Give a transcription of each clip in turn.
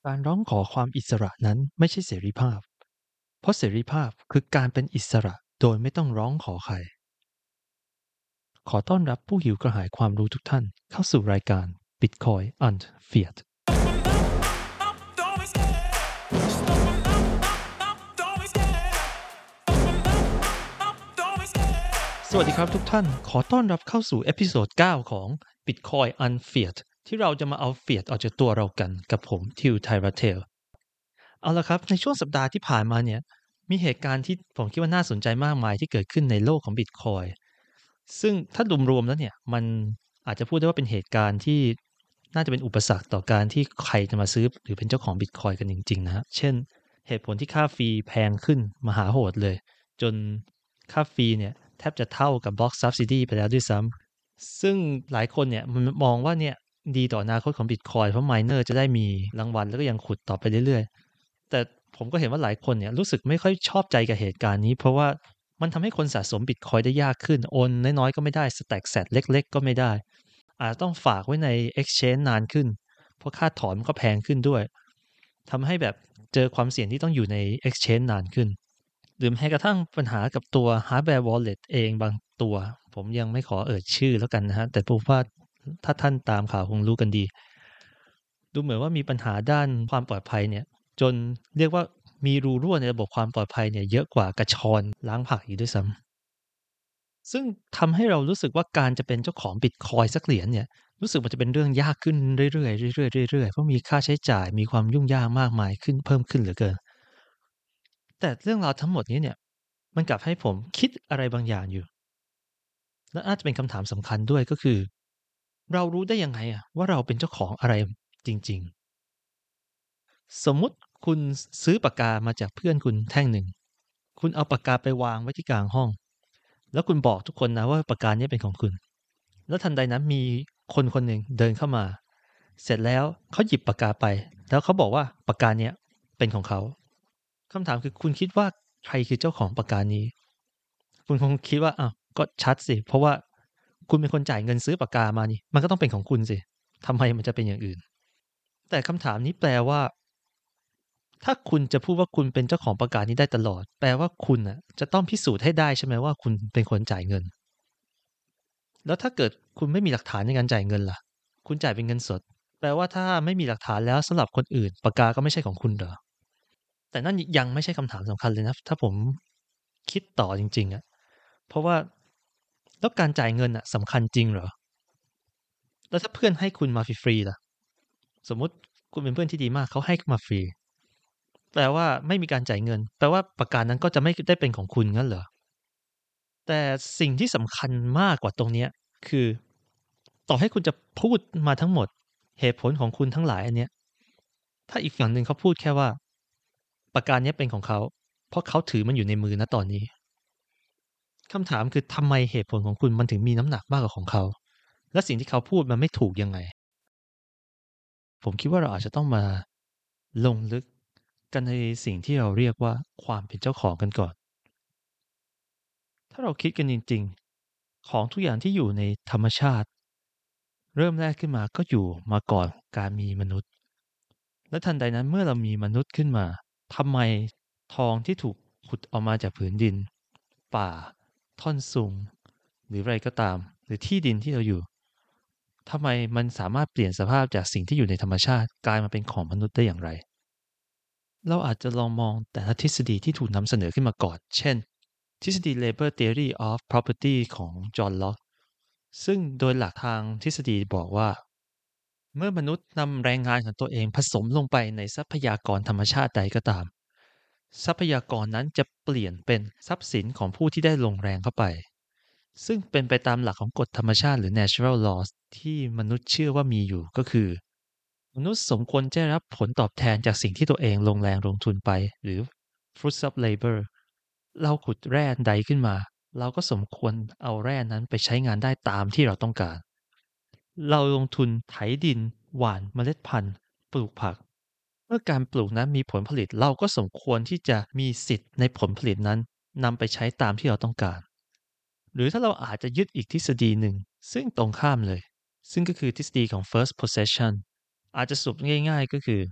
การร้องขอความอิสระนั้นไม่ใช่เสรีภาพ เพราะเสรีภาพคือการเป็นอิสระโดยไม่ต้องร้องขอใคร ขอต้อนรับผู้หิวกระหายความรู้ทุกท่านเข้าสู่รายการ Bitcoin and Fiat สวัสดีครับทุกท่าน ขอต้อนรับเข้าสู่เอพิโซด9ของ Bitcoin and Fiat ที่เราจะมาเอา Fiat ออกจากตัวเรากันกับผมทิวไทราเทลเอาละครับในช่วงสัปดาห์ที่ผ่านมาเนี่ยมีเหตุการณ์ที่ผมคิดว่าน่าสนใจมากมายที่เกิดขึ้นในโลกของ Bitcoin ซึ่งถ้ารวมๆแล้วเนี่ยมันอาจจะพูดได้ว่าเป็นเหตุการณ์ที่น่าจะเป็นอุปสรรคต่อการที่ใครจะมาซื้อหรือเป็นเจ้าของ Bitcoin กันจริงๆนะฮะเช่นเหตุผลที่ค่าฟรีแพงขึ้นมหาโหดเลยจนค่าฟรีเนี่ยแทบจะเท่ากับ Block Subsidy ไปแล้วด้วยซ้ำซึ่งหลายคนเนี่ยมันมองว่าเนี่ยดีต่ออนาคตของ Bitcoin เพราะ Miner จะได้มีรางวัลแล้วก็ยังขุดต่อไปเรื่อยๆแต่ผมก็เห็นว่าหลายคนเนี่ยรู้สึกไม่ค่อยชอบใจกับเหตุการณ์นี้เพราะว่ามันทำให้คนสะสม Bitcoin ได้ยากขึ้นโอนน้อยๆก็ไม่ได้ Stack SAT เล็กๆก็ไม่ได้อาจจะต้องฝากไว้ใน Exchange นานขึ้นเพราะค่าถอนมันก็แพงขึ้นด้วยทำให้แบบเจอความเสี่ยงที่ต้องอยู่ใน Exchange นานขึ้นหรือแม้กระทั่งปัญหากับตัว Hardware Wallet เองบางตัวผมยังไม่ขอชื่อแล้วกันนะฮะแต่ผมว่าถ้าท่านตามข่าวคงรู้กันดีดูเหมือนว่ามีปัญหาด้านความปลอดภัยเนี่ยจนเรียกว่ามีรูรั่วในระบบความปลอดภัยเนี่ยเยอะกว่ากระชอนล้างผักอีกด้วยซ้ำซึ่งทำให้เรารู้สึกว่าการจะเป็นเจ้าของบิตคอยสักเหรียญเนี่ยรู้สึกมันจะเป็นเรื่องยากขึ้นเรื่อยๆเรื่อยๆเรื่อยๆเพราะมีค่าใช้จ่ายมีความยุ่งยากมากมายขึ้นเพิ่มขึ้นเหลือเกินแต่เรื่องราวทั้งหมดนี้เนี่ยมันกลับให้ผมคิดอะไรบางอย่างอยู่และอาจจะเป็นคำถามสำคัญด้วยก็คือเรารู้ได้ยังไงอะว่าเราเป็นเจ้าของอะไรจริงๆสมมุติคุณซื้อปากกามาจากเพื่อนคุณแท่งหนึ่งคุณเอาปากกาไปวางไว้ที่กลางห้องแล้วคุณบอกทุกคนนะว่าปากกานี้เป็นของคุณแล้วทันใดนั้นมีคนคนหนึ่งเดินเข้ามาเสร็จแล้วเขาหยิบปากกาไปแล้วเขาบอกว่าปากกาเนี้ยเป็นของเขาคำถามคือคุณคิดว่าใครคือเจ้าของปากกานี้คุณคงคิดว่าอ้าวก็ชัดสิเพราะว่าคุณเป็นคนจ่ายเงินซื้อปากกามานี่มันก็ต้องเป็นของคุณสิทำไมมันจะเป็นอย่างอื่นแต่คำถามนี้แปลว่าถ้าคุณจะพูดว่าคุณเป็นเจ้าของปากกานี้ได้ตลอดแปลว่าคุณน่ะจะต้องพิสูจน์ให้ได้ใช่ไหมว่าคุณเป็นคนจ่ายเงินแล้วถ้าเกิดคุณไม่มีหลักฐานในการจ่ายเงินล่ะคุณจ่ายเป็นเงินสดแปลว่าถ้าไม่มีหลักฐานแล้วสำหรับคนอื่นปากกาก็ไม่ใช่ของคุณเหรอแต่นั่นยังไม่ใช่คำถามสำคัญเลยนะถ้าผมคิดต่อจริงๆอะเพราะว่าแล้วการจ่ายเงินน่ะสำคัญจริงเหรอแล้วถ้าเพื่อนให้คุณมาฟรีๆล่ะสมมุติคุณเป็นเพื่อนที่ดีมากเขาให้มาฟรี แปลว่าไม่มีการจ่ายเงินแปลว่าประกันนั้นก็จะไม่ได้เป็นของคุณงั้นเหรอแต่สิ่งที่สำคัญมากกว่าตรงเนี้ยคือต่อให้คุณจะพูดมาทั้งหมดเหตุผลของคุณทั้งหลายอันเนี้ยถ้าอีกฝั่งหนึ่งเขาพูดแค่ว่าประกันเนี้ยเป็นของเขาเพราะเขาถือมันอยู่ในมือณตอนนี้คำถามคือทำไมเหตุผลของคุณมันถึงมีน้ำหนักมากกว่าของเขาและสิ่งที่เขาพูดมันไม่ถูกยังไงผมคิดว่าเราอาจจะต้องมาลงลึกกันในสิ่งที่เราเรียกว่าความเป็นเจ้าของกันก่อน ถ้าเราคิดกันจริงๆของทุกอย่างที่อยู่ในธรรมชาติเริ่มแรกขึ้นมาก็อยู่มาก่อนการมีมนุษย์และทันใดนั้นเมื่อเรามีมนุษย์ขึ้นมาทำไมทองที่ถูกขุดออกมาจากผืนดินป่าท่อนซุงหรืออะไรก็ตามหรือที่ดินที่เราอยู่ทำไมมันสามารถเปลี่ยนสภาพจากสิ่งที่อยู่ในธรรมชาติกลายมาเป็นของมนุษย์ได้อย่างไร เราอาจจะลองมองแต่ละทฤษฎีที่ถูกนำเสนอขึ้นมาก่อน เช่น ทฤษฎี Labor Theory of Property ของจอห์นล็อกซึ่งโดยหลักทางทฤษฎีบอกว่า เมื่อมนุษย์นำแรงงานของตัวเองผสมลงไปในทรัพยากรธรรมชาติใดก็ตาม ทรัพยากรนั้นจะเปลี่ยนเป็นทรัพย์สินของผู้ที่ได้ลงแรงเข้าไป ซึ่งเป็นไปตามหลักของกฎธรรมชาติหรือ natural laws ที่มนุษย์เชื่อว่ามีอยู่ก็คือ มนุษย์สมควรจะได้รับผลตอบแทนจากสิ่งที่ตัวเองลงแรงลงทุนไปหรือ fruits of labor เราขุดแร่ใดขึ้นมาเราก็สมควรเอาแร่นั้นไปใช้งานได้ตามที่เราต้องการเราลงทุนไถดินหว่านเมล็ดพันธุ์ปลูกผักเมื่อการปลูกนั้นมีผลผลิตเราก็สมควรที่จะมีสิทธิ์ในผลผลิตนั้นนำไปใช้ตามที่เราต้องการหรือถ้าเราอาจจะยึดอีกทฤษฎีหนึ่งซึ่งตรงข้ามเลยซึ่งก็คือทฤษฎีของ first possession อาจจะสรุปง่ายๆก็คือ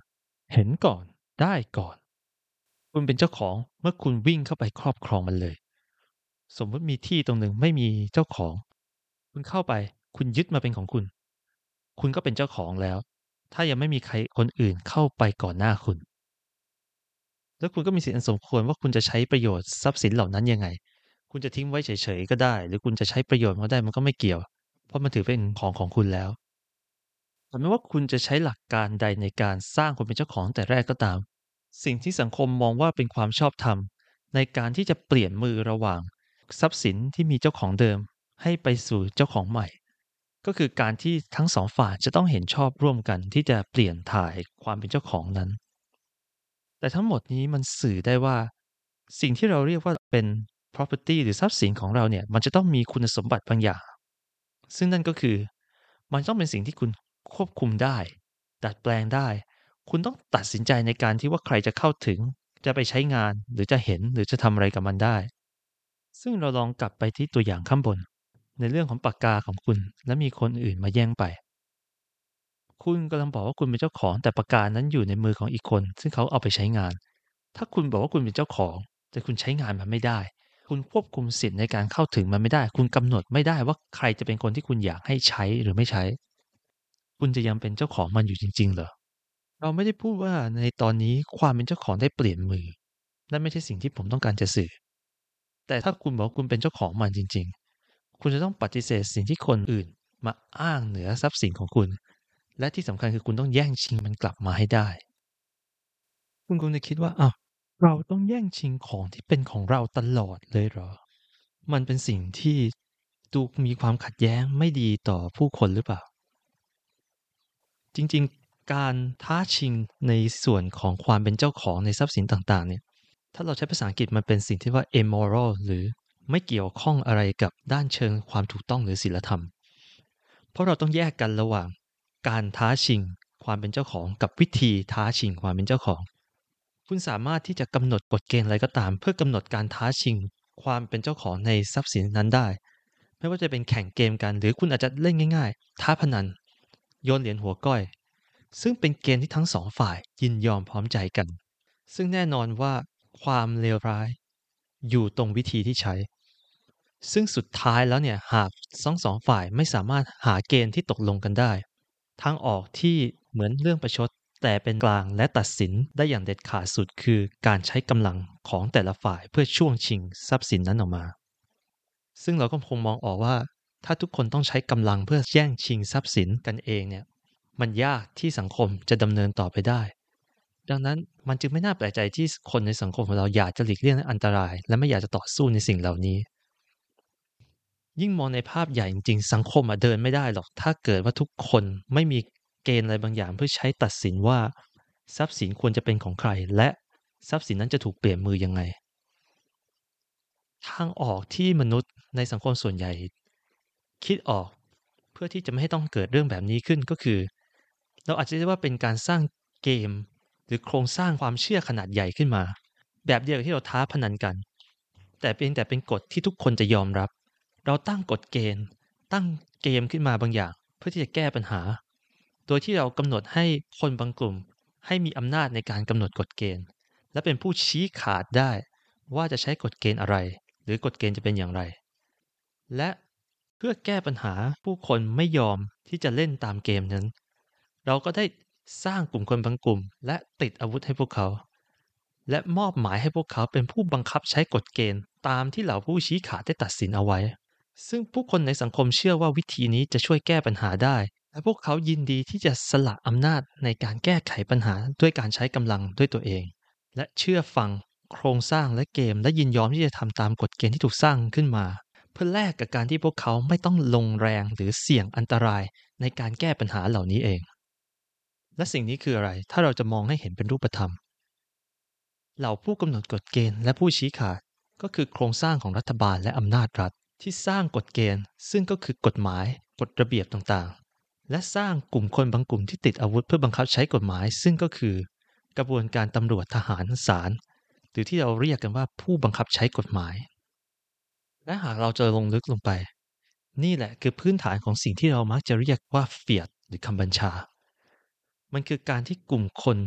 เห็นก่อนได้ก่อนคุณเป็นเจ้าของเมื่อคุณวิ่งเข้าไปครอบครองมันเลยสมมติมีที่ตรงหนึ่งไม่มีเจ้าของคุณเข้าไปคุณยึดมาเป็นของคุณคุณก็เป็นเจ้าของแล้วถ้ายังไม่มีใครคนอื่นเข้าไปก่อนหน้าคุณแล้วคุณก็มีสิทธิอันสมควรว่าคุณจะใช้ประโยชน์ทรัพย์สินเหล่านั้นยังไงคุณจะทิ้งไว้เฉยๆก็ได้หรือคุณจะใช้ประโยชน์มันก็ได้มันก็ไม่เกี่ยวเพราะมันถือเป็นของคุณแล้ว แต่ไม่ว่าคุณจะใช้หลักการใดในการสร้างคนเป็นเจ้าของแต่แรกก็ตามสิ่งที่สังคมมองว่าเป็นความชอบธรรมในการที่จะเปลี่ยนมือระหว่างทรัพย์สินที่มีเจ้าของเดิมให้ไปสู่เจ้าของใหม่ก็คือการที่ทั้งสองฝ่ายจะต้องเห็นชอบร่วมกันที่จะเปลี่ยนถ่ายความเป็นเจ้าของนั้นแต่ทั้งหมดนี้มันสื่อได้ว่าสิ่งที่เราเรียกว่าเป็น property หรือทรัพย์สินของเราเนี่ยมันจะต้องมีคุณสมบัติบางอย่างซึ่งนั่นก็คือมันต้องเป็นสิ่งที่คุณควบคุมได้ดัดแปลงได้คุณต้องตัดสินใจในการที่ว่าใครจะเข้าถึงจะไปใช้งานหรือจะเห็นหรือจะทำอะไรกับมันได้ซึ่งเราลองกลับไปที่ตัวอย่างข้างบนในเรื่องของปากกาของคุณและมีคนอื่นมาแย่งไปคุณกำลังบอกว่าคุณเป็นเจ้าของแต่ปากกานั้นอยู่ในมือของอีกคนซึ่งเขาเอาไปใช้งานถ้าคุณบอกว่าคุณเป็นเจ้าของแต่คุณใช้งานมันไม่ได้คุณควบคุมสิทธิ์ในการเข้าถึงมันไม่ได้คุณกำหนดไม่ได้ว่าใครจะเป็นคนที่คุณอยากให้ใช้หรือไม่ใช้คุณจะยังเป็นเจ้าของมันอยู่จริงๆเหรอเราไม่ได้พูดว่าในตอนนี้ความเป็นเจ้าของได้เปลี่ยนมือนั่นไม่ใช่สิ่งที่ผมต้องการจะสื่อแต่ถ้าคุณบอกว่าคุณเป็นเจ้าของมันจริงๆคุณจะต้องปฏิเสธสิ่งที่คนอื่นมาอ้างเหนือทรัพย์สินของคุณและที่สำคัญคือคุณต้องแย่งชิงมันกลับมาให้ได้คุณคงจะคิดว่าอ้าวเราต้องแย่งชิงของที่เป็นของเราตลอดเลยเหรอมันเป็นสิ่งที่ดูมีความขัดแย้งไม่ดีต่อผู้คนหรือเปล่า จริงๆการท้าชิงในส่วนของความเป็นเจ้าของในทรัพย์สินต่างๆเนี่ยถ้าเราใช้ภาษาอังกฤษมันเป็นสิ่งที่ว่า amoral หรือไม่เกี่ยวข้องอะไรกับด้านเชิงความถูกต้องหรือศีลธรรมเพราะเราต้องแยกกันระหว่างการท้าชิงความเป็นเจ้าของกับวิธีท้าชิงความเป็นเจ้าของคุณสามารถที่จะกำหนดกฎเกณฑ์อะไรก็ตามเพื่อกำหนดการท้าชิงความเป็นเจ้าของในทรัพย์สินนั้นได้ไม่ว่าจะเป็นแข่งเกมกันหรือคุณอาจจะเล่นง่ายๆท้าพนันโยนเหรียญหัวก้อย ซึ่งเป็นเกณฑ์ที่ทั้งสองฝ่ายยินยอมพร้อมใจกัน ซึ่งแน่นอนว่าความเลวร้ายอยู่ตรงวิธีที่ใช้ ซึ่งสุดท้ายแล้วเนี่ยหากทั้งสองฝ่ายไม่สามารถหาเกณฑ์ที่ตกลงกันได้ทางออกที่เหมือนเรื่องประชดแต่เป็นกลางและตัดสินได้อย่างเด็ดขาดสุดคือการใช้กำลังของแต่ละฝ่ายเพื่อช่วงชิงทรัพย์สินนั้นออกมาซึ่งเราก็คงมองออกว่าถ้าทุกคนต้องใช้กำลังเพื่อแย่งชิงทรัพย์สินกันเองเนี่ยมันยากที่สังคมจะดำเนินต่อไปได้ดังนั้นมันจึงไม่น่าแปลกใจที่คนในสังคมของเราอยากจะหลีกเลี่ยงอันตรายและไม่อยากจะต่อสู้ในสิ่งเหล่านี้ ยิ่งมองในภาพใหญ่จริงๆสังคมเดินไม่ได้หรอกถ้าเกิดว่าทุกคนไม่มีเกณฑ์อะไรบางอย่างเพื่อใช้ตัดสินว่าทรัพย์สินควรจะเป็นของใครและทรัพย์สินนั้นจะถูกเปลี่ยนมือยังไงทางออกที่มนุษย์ในสังคมส่วนใหญ่คิดออกเพื่อที่จะไม่ให้ต้องเกิดเรื่องแบบนี้ขึ้นก็คือเราอาจจะเรียกว่าเป็นการสร้างเกมหรือโครงสร้างความเชื่อขนาดใหญ่ขึ้นมาแบบเดียวกับที่เราท้าพนันกันแต่เป็นกฎที่ทุกคนจะยอมรับ เราตั้งกฎเกณฑ์ตั้งเกมขึ้นมาบางอย่างเพื่อที่จะแก้ปัญหาโดยที่เรากำหนดให้คนบางกลุ่มให้มีอำนาจในการกำหนดกฎเกณฑ์และเป็นผู้ชี้ขาดได้ว่าจะใช้กฎเกณฑ์อะไรหรือกฎเกณฑ์จะเป็นอย่างไรและเพื่อแก้ปัญหาผู้คนไม่ยอมที่จะเล่นตามเกมนั้นเราก็ได้สร้างกลุ่มคนบางกลุ่มและติดอาวุธให้พวกเขาและมอบหมายให้พวกเขาเป็นผู้บังคับใช้กฎเกณฑ์ตามที่เหล่าผู้ชี้ขาดได้ตัดสินเอาไว้ ซึ่งผู้คนในสังคมเชื่อว่าวิธีนี้จะช่วยแก้ปัญหาได้และพวกเขายินดีที่จะสละอำนาจในการแก้ไขปัญหาด้วยการใช้กำลังด้วยตัวเองและเชื่อฟังโครงสร้างและเกมและยินยอมที่จะทำตามกฎเกณฑ์ที่ถูกสร้างขึ้นมาเพื่อแลกกับการที่พวกเขาไม่ต้องลงแรงหรือเสี่ยงอันตรายในการแก้ปัญหาเหล่านี้เองและสิ่งนี้คืออะไรถ้าเราจะมองให้เห็นเป็นรูปธรรมเหล่าผู้กำหนดกฎเกณฑ์และผู้ชี้ขาดก็คือโครงสร้างของรัฐบาลและอำนาจรัฐ ที่สร้างกฎเกณฑ์ซึ่งก็คือกฎหมายกฎระเบียบต่างๆและสร้างกลุ่มคนบางกลุ่มที่ติดอาวุธเพื่อบังคับใช้กฎหมายซึ่งก็คือกระบวนการตำรวจทหารศาลหรือที่เราเรียกกันว่าผู้บังคับใช้กฎหมายและหากเราจะลงลึกลงไปนี่แหละคือพื้นฐานของสิ่งที่เรามักจะเรียกว่าเฟียดหรือคำบัญชามันคือการที่กลุ่มคน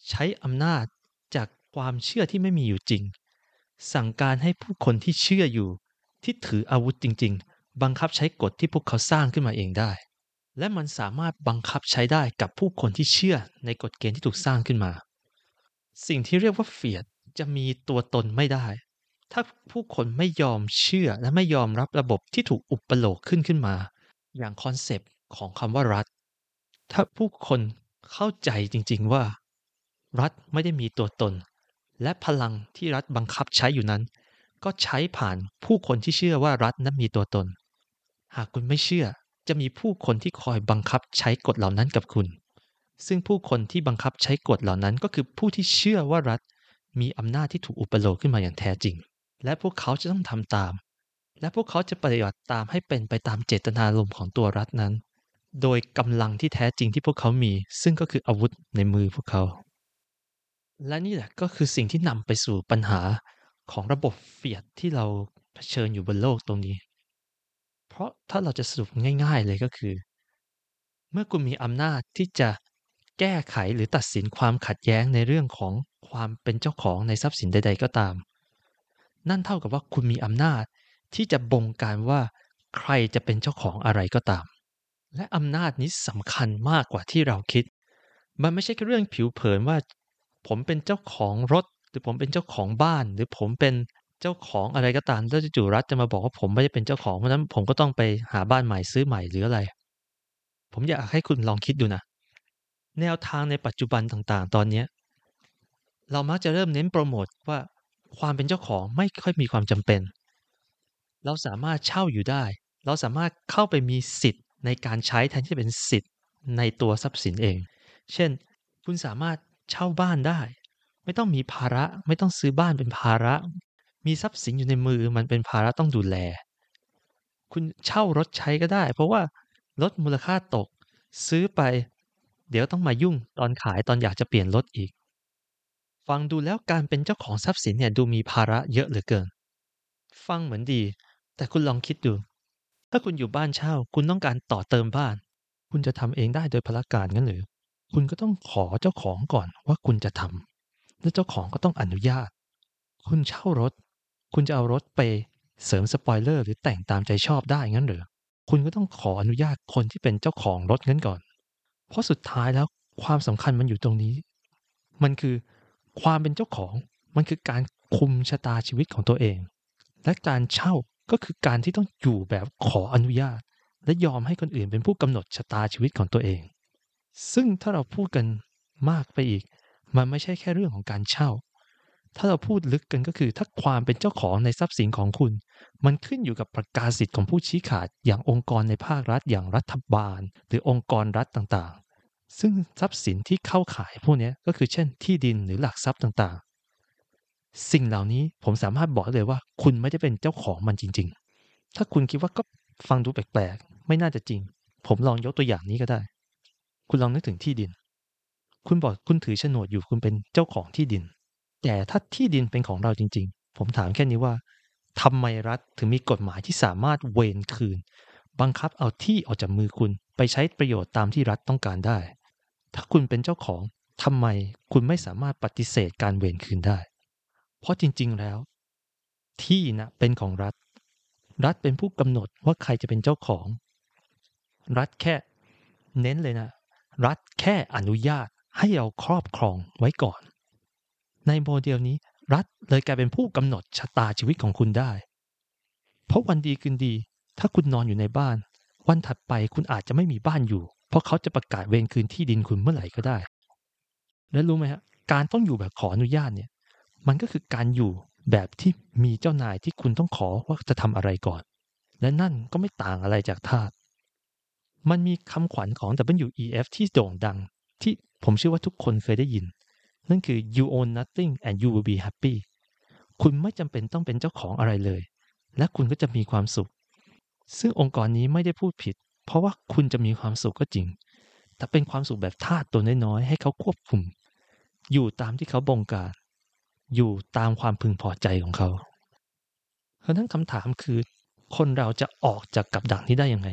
ใช้อำนาจจากความเชื่อที่ไม่มีอยู่จริงสั่งการให้ผู้คนที่เชื่ออยู่ที่ถืออาวุธจริงๆบังคับใช้กฎที่พวกเขาสร้างขึ้นมาเองได้และมันสามารถบังคับใช้ได้กับผู้คนที่เชื่อในกฎเกณฑ์ที่ถูกสร้างขึ้นมาสิ่งที่เรียกว่าเฟียดจะมีตัวตนไม่ได้ถ้าผู้คนไม่ยอมเชื่อและไม่ยอมรับระบบที่ถูกอุปโลกขึ้นมาอย่างคอนเซปต์ของคำว่ารัฐถ้าผู้คนเข้าใจจริงๆว่ารัฐไม่ได้มีตัวตนและพลังที่รัฐบังคับใช้อยู่นั้นก็ใช้ผ่านผู้คนที่เชื่อว่ารัฐนั้นมีตัวตนหากคุณไม่เชื่อจะมีผู้คนที่คอยบังคับใช้กฎเหล่านั้นกับคุณซึ่งผู้คนที่บังคับใช้กฎเหล่านั้นก็คือผู้ที่เชื่อว่ารัฐมีอำนาจที่ถูกอุปโลกขึ้นมาอย่างแท้จริงและพวกเขาจะต้องทำตามและพวกเขาจะปฏิบัติตามให้เป็นไปตามเจตนารมณ์ของตัวรัฐนั้นโดยกำลังที่แท้จริงที่พวกเขามีซึ่งก็คืออาวุธในมือพวกเขาและนี่แหละก็คือสิ่งที่นำไปสู่ปัญหาของระบบเฟียดที่เราเผชิญอยู่บนโลกตรงนี้เพราะถ้าเราจะสรุปง่ายๆเลยก็คือเมื่อคุณมีอำนาจที่จะแก้ไขหรือตัดสินความขัดแย้งในเรื่องของความเป็นเจ้าของในทรัพย์สินใดๆก็ตามนั่นเท่ากับว่าคุณมีอำนาจที่จะบงการว่าใครจะเป็นเจ้าของอะไรก็ตามและอำนาจนี้สำคัญมากกว่าที่เราคิดมันไม่ใช่แค่เรื่องผิวเผินว่าผมเป็นเจ้าของรถหรือผมเป็นเจ้าของบ้านหรือผมเป็นเจ้าของอะไรก็ตามแล้วจู่ๆรัฐจะมาบอกว่าผมไม่ได้เป็นเจ้าของเพราะฉะนั้นผมก็ต้องไปหาบ้านใหม่ซื้อใหม่หรืออะไรผมอยากให้คุณลองคิดดูนะแนวทางในปัจจุบันต่างๆตอนเนี้ยเรามักจะเริ่มเน้นโปรโมทว่าความเป็นเจ้าของไม่ค่อยมีความจำเป็นเราสามารถเช่าอยู่ได้เราสามารถเข้าไปมีสิทธิ์ในการใช้แทนที่จะเป็นสิทธิ์ในตัวทรัพย์สินเองเช่นคุณสามารถเช่าบ้านได้ไม่ต้องมีภาระไม่ต้องซื้อบ้านเป็นภาระมีทรัพย์สินอยู่ในมือมันเป็นภาระต้องดูแลคุณเช่ารถใช้ก็ได้เพราะว่ารถมูลค่าตกซื้อไปเดี๋ยวต้องมายุ่งตอนขายตอนอยากจะเปลี่ยนรถอีกฟังดูแล้วการเป็นเจ้าของทรัพย์สินเนี่ยดูมีภาระเยอะเหลือเกินฟังเหมือนดีแต่คุณลองคิดดูถ้าคุณอยู่บ้านเช่าคุณต้องการต่อเติมบ้านคุณจะทำเองได้โดยพละการงั้นหรือคุณก็ต้องขอเจ้าของก่อนว่าคุณจะทำและเจ้าของก็ต้องอนุญาตคุณเช่ารถคุณจะเอารถไปเสริมสปอยเลอร์หรือแต่งตามใจชอบได้งั้นหรือคุณก็ต้องขออนุญาตคนที่เป็นเจ้าของรถงั้นก่อนเพราะสุดท้ายแล้วความสำคัญมันอยู่ตรงนี้มันคือความเป็นเจ้าของมันคือการคุมชะตาชีวิตของตัวเองและการเช่าก็คือการที่ต้องอยู่แบบขออนุญาตและยอมให้คนอื่นเป็นผู้กำหนดชะตาชีวิตของตัวเองซึ่งถ้าเราพูดกันมากไปอีกมันไม่ใช่แค่เรื่องของการเช่าถ้าเราพูดลึกกันก็คือถ้าความเป็นเจ้าของในทรัพย์สินของคุณมันขึ้นอยู่กับประกาศสิทธิ์ของผู้ชี้ขาดอย่างองค์กรในภาครัฐอย่างรัฐบาลหรือองค์กรรัฐต่างๆซึ่งทรัพย์สินที่เข้าขายพวกนี้ก็คือเช่นที่ดินหรือหลักทรัพย์ต่างๆสิ่งเหล่านี้ผมสามารถบอกเลยว่าคุณไม่ได้เป็นเจ้าของมันจริงๆถ้าคุณคิดว่าก็ฟังดูแปลกๆไม่น่าจะจริงผมลองยกตัวอย่างนี้ก็ได้คุณลองนึกถึงที่ดินคุณบอกคุณถือโฉนดอยู่คุณเป็นเจ้าของที่ดิน แต่ถ้าที่ดินเป็นของเราจริงๆผมถามแค่นี้ว่าทำไมรัฐถึงมีกฎหมายที่สามารถเวรคืนบังคับเอาที่ออกจากมือคุณไปใช้ประโยชน์ตามที่รัฐต้องการได้ถ้าคุณเป็นเจ้าของทำไมคุณไม่สามารถปฏิเสธการเวรคืนได้เพราะจริงๆแล้วที่นะเป็นของรัฐรัฐเป็นผู้กำหนดว่าใครจะเป็นเจ้าของรัฐแค่เน้นเลยนะรัฐแค่อนุญาตให้เราครอบครองไว้ก่อน ในโมเดลนี้รัฐเลยกลายเป็นผู้กำหนดชะตาชีวิตของคุณได้เพราะวันดีคืนดีถ้าคุณนอนอยู่ในบ้านวันถัดไปคุณอาจจะไม่มีบ้านอยู่เพราะเขาจะประกาศเวรคืนที่ดินคุณเมื่อไหร่ก็ได้และรู้ไหมฮะการต้องอยู่แบบขออนุญาตเนี่ยมันก็คือการอยู่แบบที่มีเจ้านายที่คุณต้องขอว่าจะทำอะไรก่อนและนั่นก็ไม่ต่างอะไรจากทาสมันมีคำขวัญของ WEF ที่โด่งดังที่ผมเชื่อว่าทุกคนเคยได้ยินนั่นคือ you own nothing and you will be happy คุณไม่จำเป็นต้องเป็นเจ้าของอะไรเลยและคุณก็จะมีความสุขซึ่งองค์กรนี้ไม่ได้พูดผิดเพราะว่าคุณจะมีความสุขก็จริงแต่เป็นความสุขแบบทาสตัวน้อยๆให้เขาควบคุมอยู่ตามที่เขาบงการอยู่ตามความพึงพอใจของเขาเพราะนั้นคำถามคือคนเราจะออกจากกับดักนี้ได้ยังไง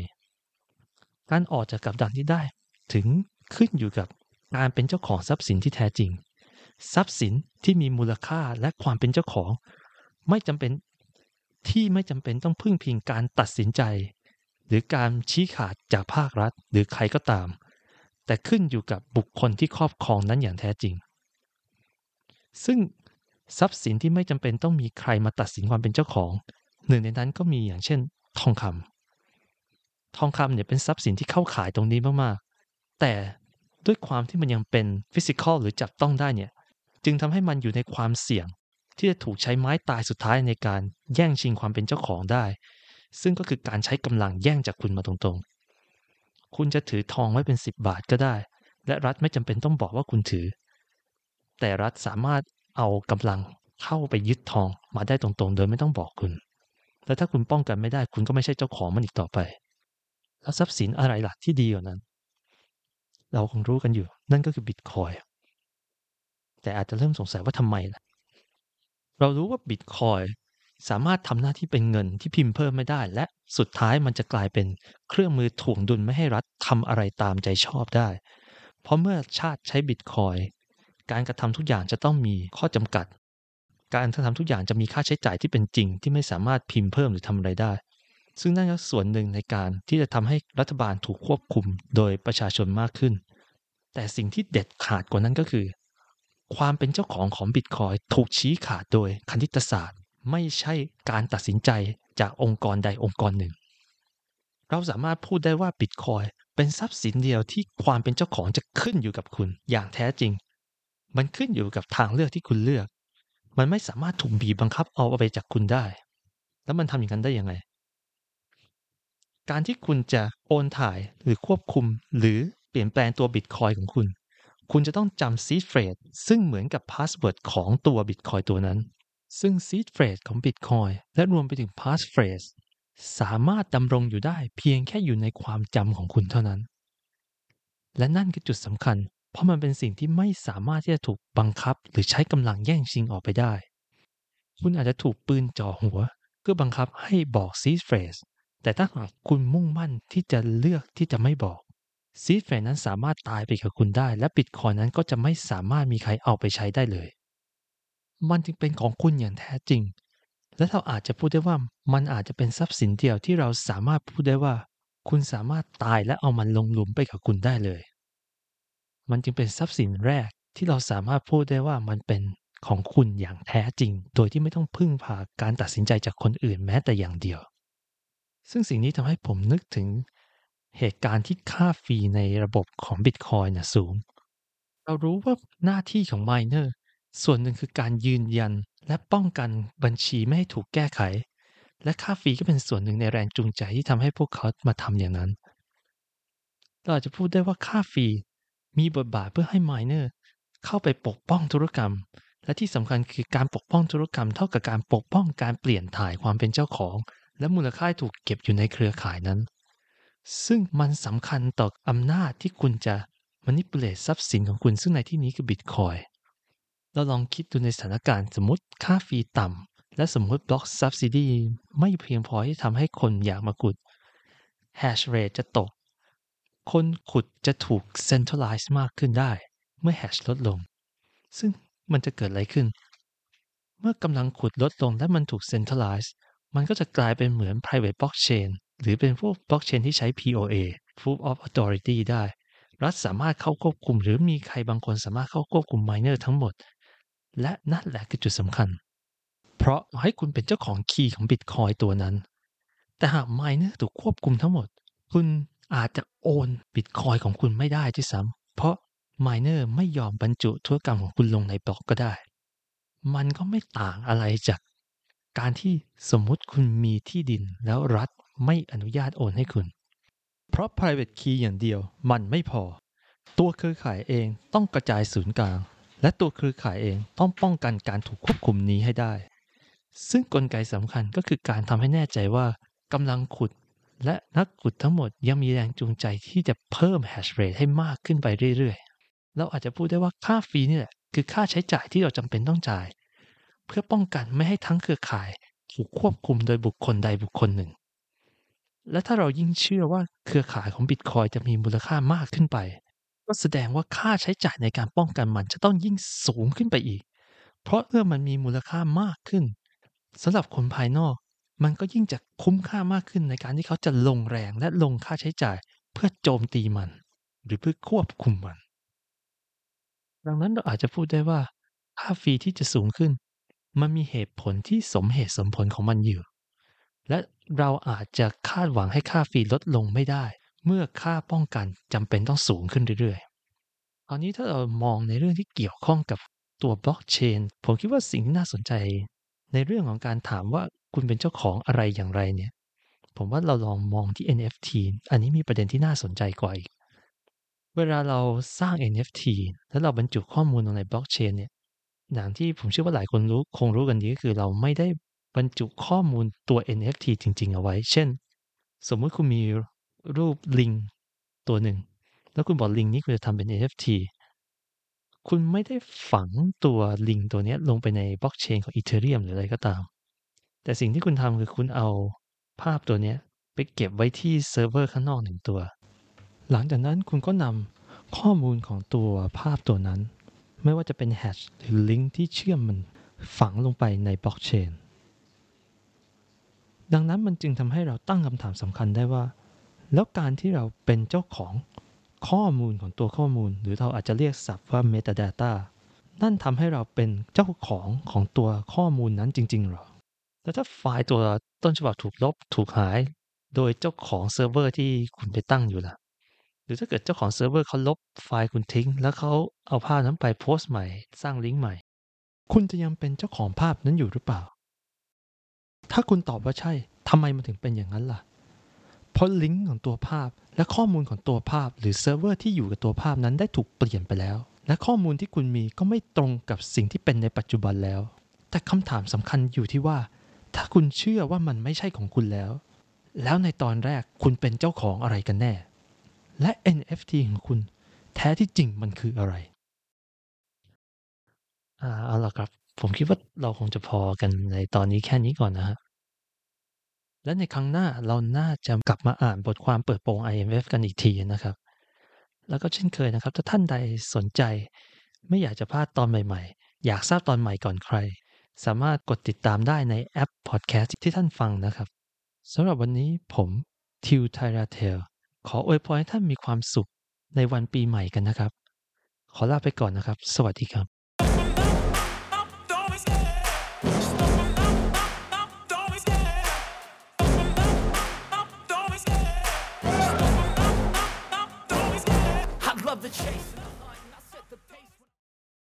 การออกจากกับดักนี้ได้ถึงขึ้นอยู่กับการเป็นเจ้าของทรัพย์สินที่แท้จริงทรัพย์สินที่มีมูลค่าและความเป็นเจ้าของไม่จำเป็นต้องพึ่งพิงการตัดสินใจหรือการชี้ขาดจากภาครัฐหรือใครก็ตามแต่ขึ้นอยู่กับบุคคลที่ครอบครองนั้นอย่างแท้จริงซึ่งทรัพย์สินที่ไม่จำเป็นต้องมีใครมาตัดสินความเป็นเจ้าของหนึ่งในนั้นก็มีอย่างเช่นทองคำเนี่ยเป็นทรัพย์สินที่เข้าขายตรงนี้มากๆแต่ด้วยความที่มันยังเป็นฟิสิกอลหรือจับต้องได้เนี่ยจึงทำให้มันอยู่ในความเสี่ยงที่จะถูกใช้ไม้ตายสุดท้ายในการแย่งชิงความเป็นเจ้าของได้ซึ่งก็คือการใช้กำลังแย่งจากคุณมาตรงๆคุณจะถือทองไว้เป็น10 บาทก็ได้และรัฐไม่จำเป็นต้องบอกว่าคุณถือแต่รัฐสามารถเอากำลังเข้าไปยึดทองมาได้ตรงๆโดยไม่ต้องบอกคุณและถ้าคุณป้องกันไม่ได้คุณก็ไม่ใช่เจ้าของมันอีกต่อไปแล้วทรัพย์สินอะไรล่ะที่ดีกว่านั้นเราคงรู้กันอยู่นั่นก็คือบิตคอยน์แต่อาจจะเริ่มสงสัยว่าทำไมล่ะเรารู้ว่าบิตคอยน์สามารถทำหน้าที่เป็นเงินที่พิมพ์เพิ่มไม่ได้และสุดท้ายมันจะกลายเป็นเครื่องมือถ่วงดุลไม่ให้รัฐทำอะไรตามใจชอบได้เพราะเมื่อชาติใช้บิตคอยน์การกระทำทุกอย่างจะต้องมีข้อจำกัดการกระทำทุกอย่างจะมีค่าใช้จ่ายที่เป็นจริงที่ไม่สามารถพิมพ์เพิ่มหรือทำอะไรได้ซึ่งนั่นก็ส่วนหนึ่งในการที่จะทำให้รัฐบาลถูกควบคุมโดยประชาชนมากขึ้นแต่สิ่งที่เด็ดขาดกว่านั้นก็คือความเป็นเจ้าของบิตคอยน์ถูกชี้ขาดโดยคณิตศาสตร์ไม่ใช่การตัดสินใจจากองค์กรใดองค์กรหนึ่งเราสามารถพูดได้ว่าบิตคอยน์เป็นทรัพย์สินเดียวที่ความเป็นเจ้าของจะขึ้นอยู่กับคุณอย่างแท้จริงมันขึ้นอยู่กับทางเลือกที่คุณเลือกมันไม่สามารถถูกบีบบังคับเอาไปจากคุณได้แล้วมันทำอย่างนั้นได้ยังไงการที่คุณจะโอนถ่ายหรือควบคุมหรือเปลี่ยนแปลงตัวบิตคอยน์ของคุณจะต้องจำซีดเฟรดซึ่งเหมือนกับพาสเวิร์ดของตัวบิตคอยน์ตัวนั้นซึ่งซีดเฟรดของบิตคอยน์และรวมไปถึงพาสเฟรดสามารถดำรงอยู่ได้เพียงแค่อยู่ในความจำของคุณเท่านั้นและนั่นคือจุดสำคัญเพราะมันเป็นสิ่งที่ไม่สามารถที่จะถูกบังคับหรือใช้กำลังแย่งชิงออกไปได้คุณอาจจะถูกปืนจ่อหัวเพื่อบังคับให้บอกซีดเฟรดแต่ถ้าหากคุณมุ่งมั่นที่จะเลือกที่จะไม่บอกซีดเฟรดนั้นสามารถตายไปกับคุณได้และบิตคอยน์นั้นก็จะไม่สามารถมีใครเอาไปใช้ได้เลยมันจึงเป็นของคุณอย่างแท้จริงและเราอาจจะพูดได้ว่ามันอาจจะเป็นทรัพย์สินเดียวที่เราสามารถพูดได้ว่าคุณสามารถตายและเอามันลงหลุมไปกับคุณได้เลยมันจึงเป็นทรัพย์สินแรกที่เราสามารถพูดได้ว่ามันเป็นของคุณอย่างแท้จริงโดยที่ไม่ต้องพึ่งพาการตัดสินใจจากคนอื่นแม้แต่อย่างเดียวซึ่งสิ่งนี้ทำให้ผมนึกถึงเหตุการณ์ที่ค่าฟรีในระบบของ Bitcoin สูงเรารู้ว่าหน้าที่ของ Miner ส่วนหนึ่งคือการยืนยันและป้องกันบัญชีไม่ให้ถูกแก้ไขและค่าฟรีก็เป็นส่วนหนึ่งในแรงจูงใจที่ทำให้พวกเขามาทำอย่างนั้นเราอาจจะพูดได้ว่าค่าฟรีมีบทบาทเพื่อให้ Miner เข้าไปปกป้องธุรกรรมและที่สำคัญคือการปกป้องธุรกรรมเท่ากับการปกป้องการเปลี่ยนถ่ายความเป็นเจ้าของและมูลค่าถูกเก็บอยู่ในเครือข่ายนั้นซึ่งมันสำคัญต่ออำนาจที่คุณจะmanipulate ทรัพย์สินของคุณซึ่งในที่นี้คือ Bitcoin เราลองคิดดูในสถานการณ์สมมติค่าฟรีต่ำและสมมติบล็อก subsidy ไม่เพียงพอที่ทำให้คนอยากมาขุด hash rate จะตกคนขุดจะถูก centralize มากขึ้นได้เมื่อ hash ลดลงซึ่งมันจะเกิดอะไรขึ้นเมื่อกำลังขุดลดลงและมันถูก centralize มันก็จะกลายเป็นเหมือน private blockchain หรือเป็นพวก blockchain ที่ใช้ POA proof of authority ได้รัฐสามารถเข้าควบคุมหรือมีใครบางคนสามารถเข้าควบคุม miner ทั้งหมดและนั่นแหละคือจุดสำคัญเพราะให้คุณเป็นเจ้าของคีย์ของ Bitcoin ตัวนั้นแต่หาก miner ถูกควบคุมทั้งหมดคุณอาจจะโอน Bitcoin ของคุณไม่ได้ด้วยซ้ำเพราะ miner ไม่ยอมบรรจุธุรกรรมของคุณลงในบล็อกก็ได้มันก็ไม่ต่างอะไรจากการที่สมมุติคุณมีที่ดินแล้วรัฐไม่อนุญาตโอนให้คุณเพราะ private key อย่างเดียวมันไม่พอตัวเครือข่ายเองต้องกระจายศูนย์กลางและตัวเครือข่ายเองต้องป้องกันการถูกควบคุมนี้ให้ได้ซึ่งกลไกสำคัญก็คือการทำให้แน่ใจว่ากำลังขุดและนักขุดทั้งหมดยังมีแรงจูงใจที่จะเพิ่ม hash rate ให้มากขึ้นไปเรื่อยๆเราอาจจะพูดได้ว่าค่าฟรีนี่แหละคือค่าใช้จ่ายที่เราจำเป็นต้องจ่ายเพื่อป้องกันไม่ให้ทั้งเครือข่ายถูกควบคุมโดยบุคคลใดบุคคลหนึ่งและถ้าเรายิ่งเชื่อว่าเครือข่ายของ Bitcoin จะมีมูลค่ามากขึ้นไปก็แสดงว่าค่าใช้จ่ายในการป้องกันมันจะต้องยิ่งสูงขึ้นไปอีกเพราะเมื่อมันมีมูลค่ามากขึ้นสำหรับคนภายนอกมันก็ยิ่งจะคุ้มค่ามากขึ้นในการที่เขาจะลงแรงและลงค่าใช้จ่ายเพื่อโจมตีมันหรือเพื่อควบคุมมันดังนั้นเราอาจจะพูดได้ว่าค่าฟรีที่จะสูงขึ้นมันมีเหตุผลที่สมเหตุสมผลของมันอยู่และเราอาจจะคาดหวังให้ค่าฟรีลดลงไม่ได้เมื่อค่าป้องกันจำเป็นต้องสูงขึ้นเรื่อยๆ ตอนนี้ถ้าเรามองในเรื่องที่เกี่ยวข้องกับตัว Blockchain ผมคิดว่าสิ่งที่น่าสนใจในเรื่องของการถามว่าคุณเป็นเจ้าของอะไรอย่างไรเนี่ยผมว่าเราลองมองที่ NFT อันนี้มีประเด็นที่น่าสนใจกว่าอีกเวลาเราสร้าง NFT แล้วเราบรรจุข้อมูลลงใน Blockchain เนี่ยอย่างที่ผมเชื่อว่าหลายคนคงรู้กันดีก็คือเราไม่ได้บรรจุข้อมูลตัว NFT จริงๆเอาไว้เช่นสมมุติคุณมีรูปลิงตัวหนึ่งแล้วคุณบอกลิงนี้คุณจะทำเป็น NFT คุณไม่ได้ฝังตัวลิงตัวเนี้ยลงไปในบล็อกเชนของ Ethereum หรืออะไรก็ตามแต่สิ่งที่คุณทำคือคุณเอาภาพตัวเนี้ยไปเก็บไว้ที่เซิร์ฟเวอร์ข้างนอกหนึ่งตัวหลังจากนั้นคุณก็นำข้อมูลของตัวภาพตัวนั้นไม่ว่าจะเป็นแฮชหรือลิงก์ที่เชื่อมมันฝังลงไปในบล็อกเชนดังนั้นมันจึงทำให้เราตั้งคำถามสำคัญได้ว่าแล้วการที่เราเป็นเจ้าของข้อมูลของตัวข้อมูลหรือเราอาจจะเรียกศัพท์ว่า metadata นั่นทำให้เราเป็นเจ้าของตัวข้อมูลนั้นจริงๆเหรอแล้วถ้าไฟล์ตัวต้นฉบับถูกลบถูกหายโดยเจ้าของเซิร์ฟเวอร์ที่คุณไปตั้งอยู่ล่ะหรือถ้าเกิดเจ้าของเซิร์ฟเวอร์เขาลบไฟล์คุณทิ้งแล้วเขาเอาภาพนั้นไปโพสต์ใหม่สร้างลิงก์ใหม่คุณจะยังเป็นเจ้าของภาพนั้นอยู่หรือเปล่าถ้าคุณตอบว่าใช่ทำไมมันถึงเป็นอย่างนั้นล่ะเพราะลิงก์ของตัวภาพและข้อมูลของตัวภาพหรือเซิร์ฟเวอร์ที่อยู่กับตัวภาพนั้นได้ถูกเปลี่ยนไปแล้วและข้อมูลที่คุณมีก็ไม่ตรงกับสิ่งที่เป็นในปัจจุบันแล้วแต่คำถามสำคัญอยู่ที่ว่าถ้าคุณเชื่อว่ามันไม่ใช่ของคุณแล้วในตอนแรกคุณเป็นเจ้าของอะไรกันแน่และ NFT ของคุณแท้ที่จริงมันคืออะไรเอาล่ะครับผมคิดว่าเราคงจะพอกันในตอนนี้แค่นี้ก่อนนะฮะและในครั้งหน้าเราน่าจะกลับมาอ่านบทความเปิดโปง IMF กันอีกทีนะครับแล้วก็เช่นเคยนะครับถ้าท่านใดสนใจไม่อยากจะพลาดตอนใหม่ๆอยากทราบตอนใหม่ก่อนใครสามารถกดติดตามได้ในแอปพอดแคสต์ที่ท่านฟังนะครับสำหรับวันนี้ผมทิวไทราเทลขออวยพรให้ท่านมีความสุขในวันปีใหม่กันนะครับขอลาไปก่อนนะครับสวัสดีครับ